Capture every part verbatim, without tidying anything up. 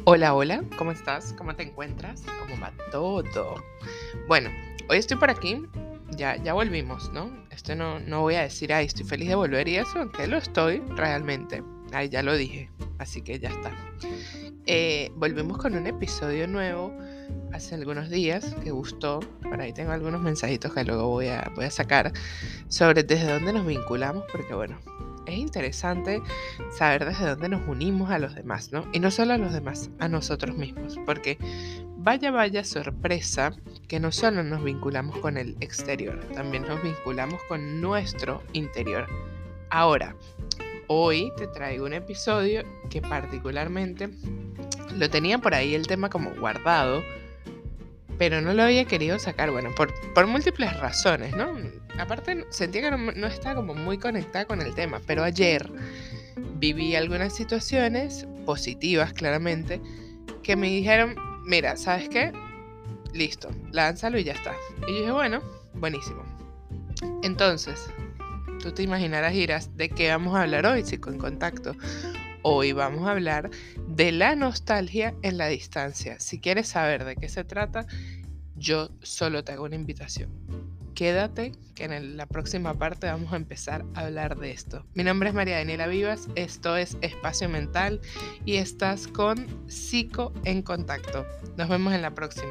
Hola, hola, ¿cómo estás? ¿Cómo te encuentras? ¿Cómo va todo? Bueno, hoy estoy por aquí, ya, ya volvimos, ¿no? Esto no, no voy a decir, ay, estoy feliz de volver y eso, aunque lo estoy realmente. Ay, ya lo dije, así que ya está. Eh, volvimos con un episodio nuevo hace algunos días que gustó. Por ahí tengo algunos mensajitos que luego voy a, voy a sacar sobre desde dónde nos vinculamos, porque bueno, es interesante saber desde dónde nos unimos a los demás, ¿no? Y no solo a los demás, a nosotros mismos, porque vaya, vaya sorpresa que no solo nos vinculamos con el exterior, también nos vinculamos con nuestro interior. Ahora, hoy te traigo un episodio que particularmente lo tenía por ahí el tema como guardado, pero no lo había querido sacar, bueno, por, por múltiples razones, ¿no? Aparte, sentía que no, no estaba como muy conectada con el tema, pero ayer viví algunas situaciones positivas, claramente, que me dijeron, mira, ¿sabes qué? Listo, lánzalo y ya está. Y yo dije, bueno, buenísimo. Entonces, tú te imaginarás, Iras, de qué vamos a hablar hoy, Chico en Contacto. Hoy vamos a hablar de la nostalgia en la distancia. Si quieres saber de qué se trata, yo solo te hago una invitación. Quédate, que en el- la próxima parte vamos a empezar a hablar de esto. Mi nombre es María Daniela Vivas, esto es Espacio Mental y estás con Psico en Contacto. Nos vemos en la próxima.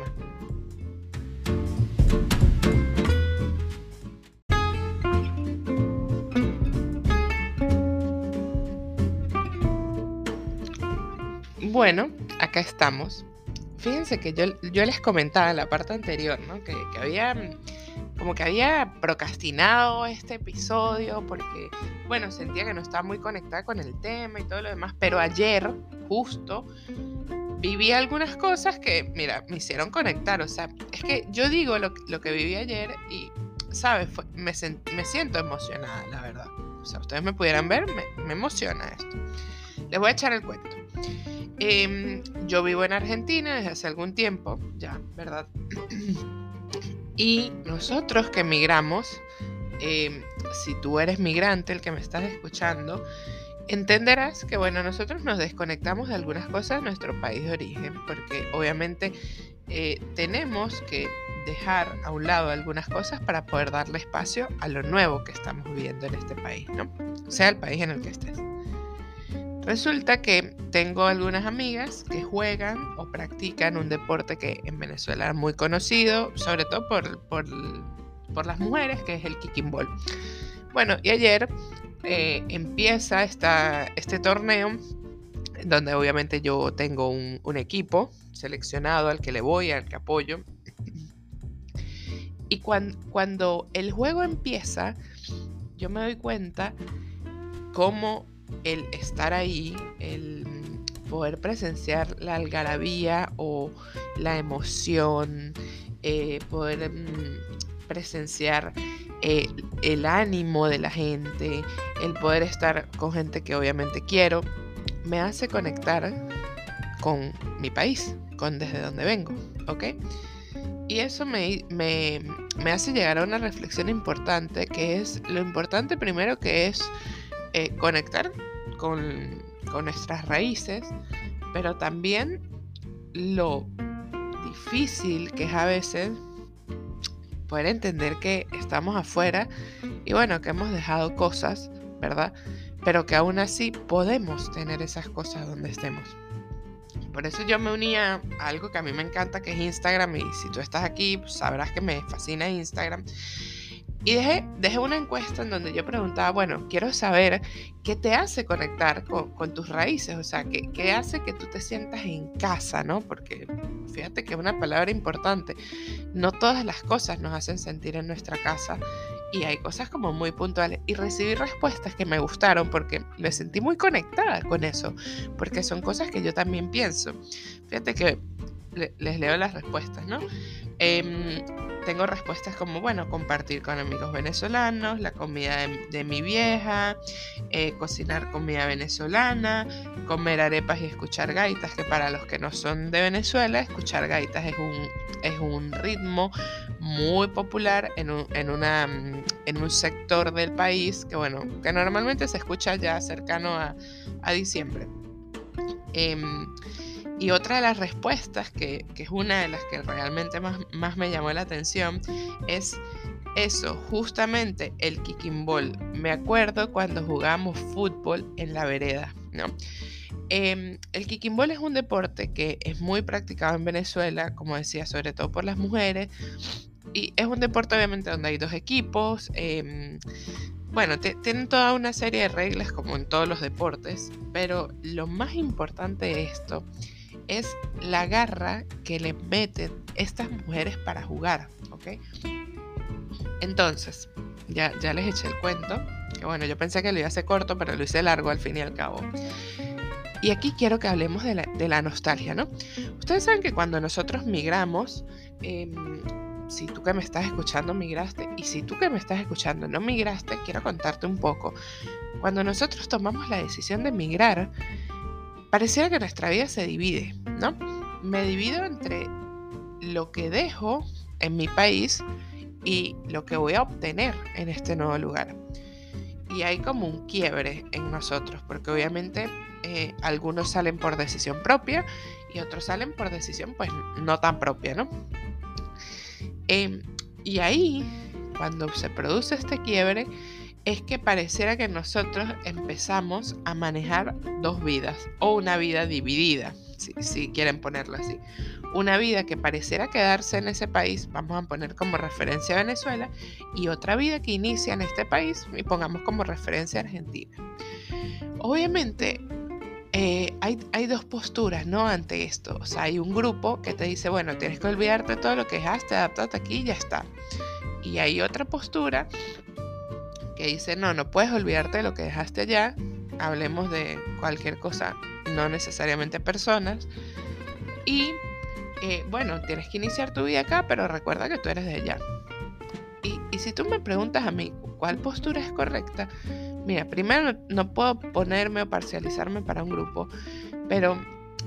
Bueno, acá estamos. Fíjense que yo, yo les comentaba en la parte anterior, ¿no? Que, que había, mm, como que había procrastinado este episodio porque, bueno, sentía que no estaba muy conectada con el tema y todo lo demás, pero ayer, justo, viví algunas cosas que, mira, me hicieron conectar. O sea, es que yo digo lo, lo que viví ayer y, ¿sabes? Fue- me, sen- me siento emocionada, la verdad. O sea, ustedes me pudieran ver, me, me emociona esto. Les voy a echar el cuento. Em, yo vivo en Argentina desde hace algún tiempo, ya, ¿verdad? Y nosotros que emigramos, em, si tú eres migrante, el que me estás escuchando, entenderás que, bueno, nosotros nos desconectamos de algunas cosas de nuestro país de origen, porque obviamente eh, tenemos que dejar a un lado algunas cosas para poder darle espacio a lo nuevo que estamos viviendo en este país, ¿no? Sea el país en el que estés. Resulta que tengo algunas amigas que juegan o practican un deporte que en Venezuela es muy conocido, sobre todo por, por, por las mujeres, que es el kicking ball. Bueno, y ayer eh, empieza esta, este torneo, donde obviamente yo tengo un, un equipo seleccionado al que le voy, al que apoyo. Y cuan, cuando el juego empieza, yo me doy cuenta cómo el estar ahí, el poder presenciar la algarabía o la emoción, eh, poder mm, presenciar eh, el ánimo de la gente, el poder estar con gente que obviamente quiero, me hace conectar con mi país, con desde donde vengo, ¿ok? Y eso me, me, me hace llegar a una reflexión importante, que es lo importante primero que es eh, conectar con, con nuestras raíces, pero también lo difícil que es a veces poder entender que estamos afuera y bueno, que hemos dejado cosas, ¿verdad? Pero que aún así podemos tener esas cosas donde estemos. Por eso yo me uní a algo que a mí me encanta, que es Instagram, y si tú estás aquí, pues sabrás que me fascina Instagram. Y dejé, dejé una encuesta en donde yo preguntaba, bueno, quiero saber qué te hace conectar con, con tus raíces, o sea, qué, qué hace que tú te sientas en casa, ¿no? Porque fíjate que es una palabra importante. No todas las cosas nos hacen sentir en nuestra casa y hay cosas como muy puntuales. Y recibí respuestas que me gustaron porque me sentí muy conectada con eso, porque son cosas que yo también pienso. Fíjate que le, les leo las respuestas, ¿no? Eh, tengo respuestas como, bueno, compartir con amigos venezolanos, la comida de, de mi vieja, eh, cocinar comida venezolana, comer arepas y escuchar gaitas, que para los que no son de Venezuela, escuchar gaitas es un, es un ritmo muy popular en un, en, una, en un sector del país que, bueno, que normalmente se escucha ya cercano a, a diciembre. Eh, y otra de las respuestas, que, que es una de las que realmente más, más me llamó la atención, es eso, justamente el kicking ball. Me acuerdo cuando jugábamos fútbol en la vereda, ¿no? Eh, el kicking ball es un deporte que es muy practicado en Venezuela, como decía, sobre todo por las mujeres, y es un deporte obviamente donde hay dos equipos. Eh, bueno, te, tienen toda una serie de reglas como en todos los deportes, pero lo más importante de esto es la garra que le meten estas mujeres para jugar, ¿ok? Entonces, ya, ya les eché el cuento, que bueno, yo pensé que lo iba a hacer corto, pero lo hice largo al fin y al cabo. Y aquí quiero que hablemos de la, de la nostalgia, ¿no? Ustedes saben que cuando nosotros migramos, eh, si tú que me estás escuchando migraste, y si tú que me estás escuchando no migraste, quiero contarte un poco. Cuando nosotros tomamos la decisión de migrar, pareciera que nuestra vida se divide, ¿no? Me divido entre lo que dejo en mi país y lo que voy a obtener en este nuevo lugar. Y hay como un quiebre en nosotros, porque obviamente eh, algunos salen por decisión propia y otros salen por decisión pues no tan propia, ¿no? Eh, y ahí, cuando se produce este quiebre, es que pareciera que nosotros empezamos a manejar dos vidas, o una vida dividida, si, si quieren ponerlo así. Una vida que pareciera quedarse en ese país, vamos a poner como referencia a Venezuela, y otra vida que inicia en este país y pongamos como referencia a Argentina. Obviamente, eh, hay, hay dos posturas, ¿no? Ante esto. O sea, hay un grupo que te dice, bueno, tienes que olvidarte de todo lo que dejaste, adaptate aquí y ya está. Y hay otra postura que dice, no, no puedes olvidarte de lo que dejaste allá. Hablemos de cualquier cosa, no necesariamente personas. Y Eh, bueno, tienes que iniciar tu vida acá, pero recuerda que tú eres de allá. Y, y si tú me preguntas a mí cuál postura es correcta, mira, primero no, no puedo ponerme o parcializarme para un grupo, pero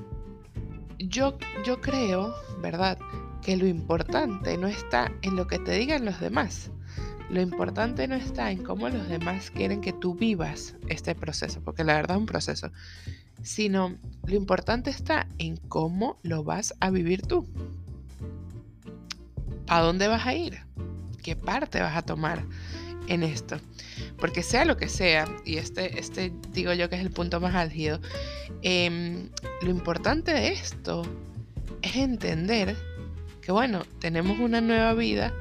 yo, yo creo, ¿verdad?, que lo importante no está en lo que te digan los demás. Lo importante no está en cómo los demás quieren que tú vivas este proceso, porque la verdad es un proceso, sino lo importante está en cómo lo vas a vivir tú. ¿A dónde vas a ir? ¿Qué parte vas a tomar en esto? Porque sea lo que sea, y este, este digo yo que es el punto más álgido, eh, lo importante de esto es entender que, bueno, tenemos una nueva vida,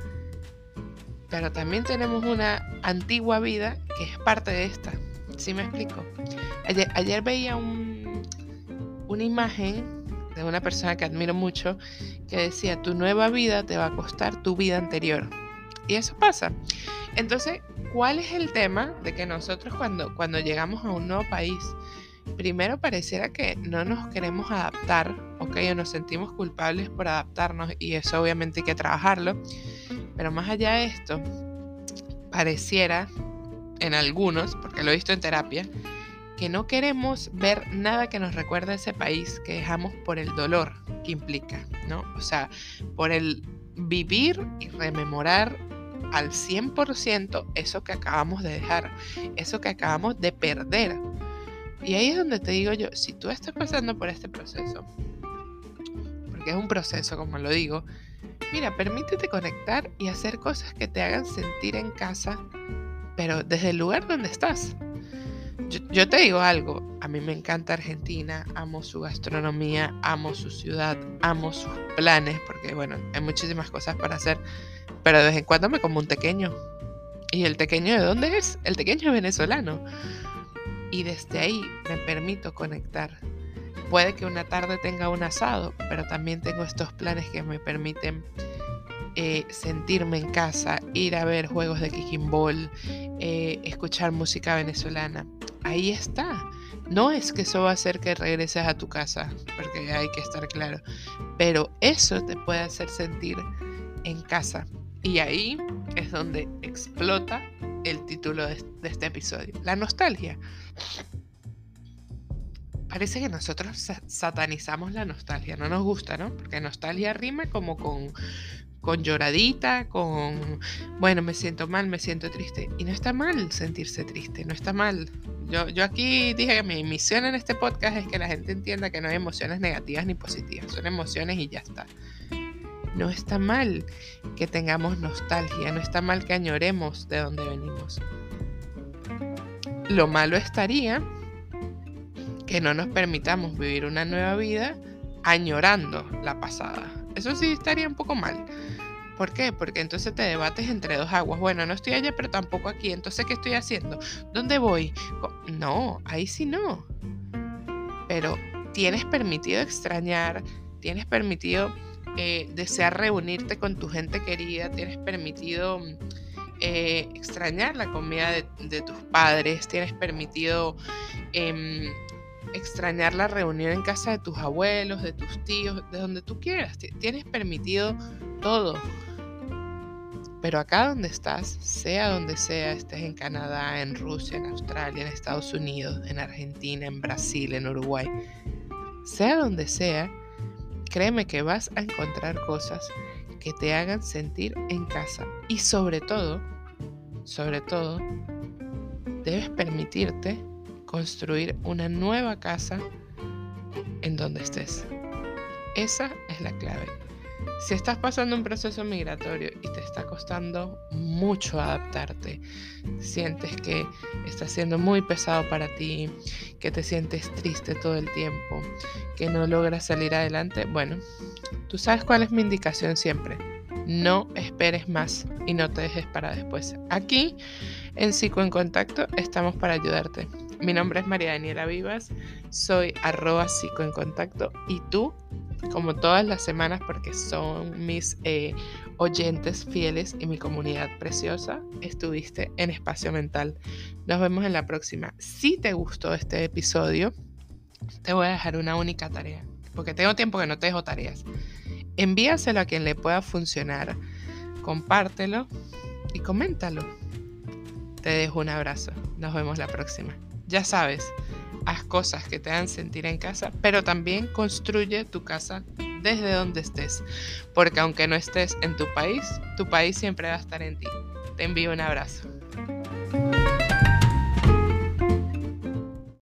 pero también tenemos una antigua vida que es parte de esta. ¿Sí me explico? Ayer, ayer veía un, una imagen de una persona que admiro mucho que decía, tu nueva vida te va a costar tu vida anterior. Y eso pasa. Entonces, ¿cuál es el tema de que nosotros cuando, cuando llegamos a un nuevo país, primero pareciera que no nos queremos adaptar, ¿ok? O nos sentimos culpables por adaptarnos y eso obviamente hay que trabajarlo. Pero más allá de esto, pareciera en algunos, porque lo he visto en terapia, que no queremos ver nada que nos recuerde a ese país que dejamos por el dolor que implica, ¿no? O sea, por el vivir y rememorar al cien por ciento eso que acabamos de dejar, eso que acabamos de perder. Y ahí es donde te digo yo, si tú estás pasando por este proceso, porque es un proceso, como lo digo, mira, permítete conectar y hacer cosas que te hagan sentir en casa, pero desde el lugar donde estás. Yo, yo te digo algo, a mí me encanta Argentina, amo su gastronomía, amo su ciudad, amo sus planes, porque bueno, hay muchísimas cosas para hacer, pero de vez en cuando me como un tequeño. ¿Y el tequeño de dónde es? El tequeño es venezolano. Y desde ahí me permito conectar. Puede que una tarde tenga un asado, pero también tengo estos planes que me permiten eh, sentirme en casa, ir a ver juegos de kicking ball, eh, escuchar música venezolana. Ahí está. No es que eso va a hacer que regreses a tu casa, porque hay que estar claro, pero eso te puede hacer sentir en casa. Y ahí es donde explota el título de, de este episodio, la nostalgia. Parece que nosotros satanizamos la nostalgia, no nos gusta, ¿no? Porque nostalgia rima como con, con lloradita, con, bueno, me siento mal, me siento triste. Y no está mal sentirse triste, no está mal. Yo, yo aquí dije que mi misión en este podcast es que la gente entienda que no hay emociones negativas ni positivas, son emociones y ya está. No está mal que tengamos nostalgia, no está mal que añoremos de donde venimos. Lo malo estaría que no nos permitamos vivir una nueva vida añorando la pasada. Eso sí estaría un poco mal. ¿Por qué? Porque entonces te debates entre dos aguas. Bueno, no estoy allá, pero tampoco aquí. Entonces, ¿qué estoy haciendo? ¿Dónde voy? No, ahí sí no. Pero tienes permitido extrañar, tienes permitido eh, desear reunirte con tu gente querida, tienes permitido eh, extrañar la comida de, de tus padres, tienes permitido eh, extrañar la reunión en casa de tus abuelos, de tus tíos, de donde tú quieras. Tienes permitido todo. Pero acá donde estás, sea donde sea, estés en Canadá, en Rusia, en Australia, en Estados Unidos, en Argentina, en Brasil, en Uruguay, sea donde sea, créeme que vas a encontrar cosas que te hagan sentir en casa. Y sobre todo, sobre todo, debes permitirte construir una nueva casa en donde estés. Esa es la clave. Si estás pasando un proceso migratorio y te está costando mucho adaptarte, sientes que está siendo muy pesado para ti, que te sientes triste todo el tiempo, que no logras salir adelante, bueno, tú sabes cuál es mi indicación siempre. No esperes más y no te dejes para después. Aquí en Psico en Contacto estamos para ayudarte. Mi nombre es María Daniela Vivas, soy arroba Psico en Contacto y tú, como todas las semanas, porque son mis eh, oyentes fieles y mi comunidad preciosa, estuviste en Espacio Mental. Nos vemos en la próxima. Si te gustó este episodio, te voy a dejar una única tarea, porque tengo tiempo que no te dejo tareas. Envíaselo a quien le pueda funcionar, compártelo y coméntalo. Te dejo un abrazo. Nos vemos la próxima. Ya sabes, haz cosas que te hagan sentir en casa, pero también construye tu casa desde donde estés, porque aunque no estés en tu país, tu país siempre va a estar en ti. Te envío un abrazo.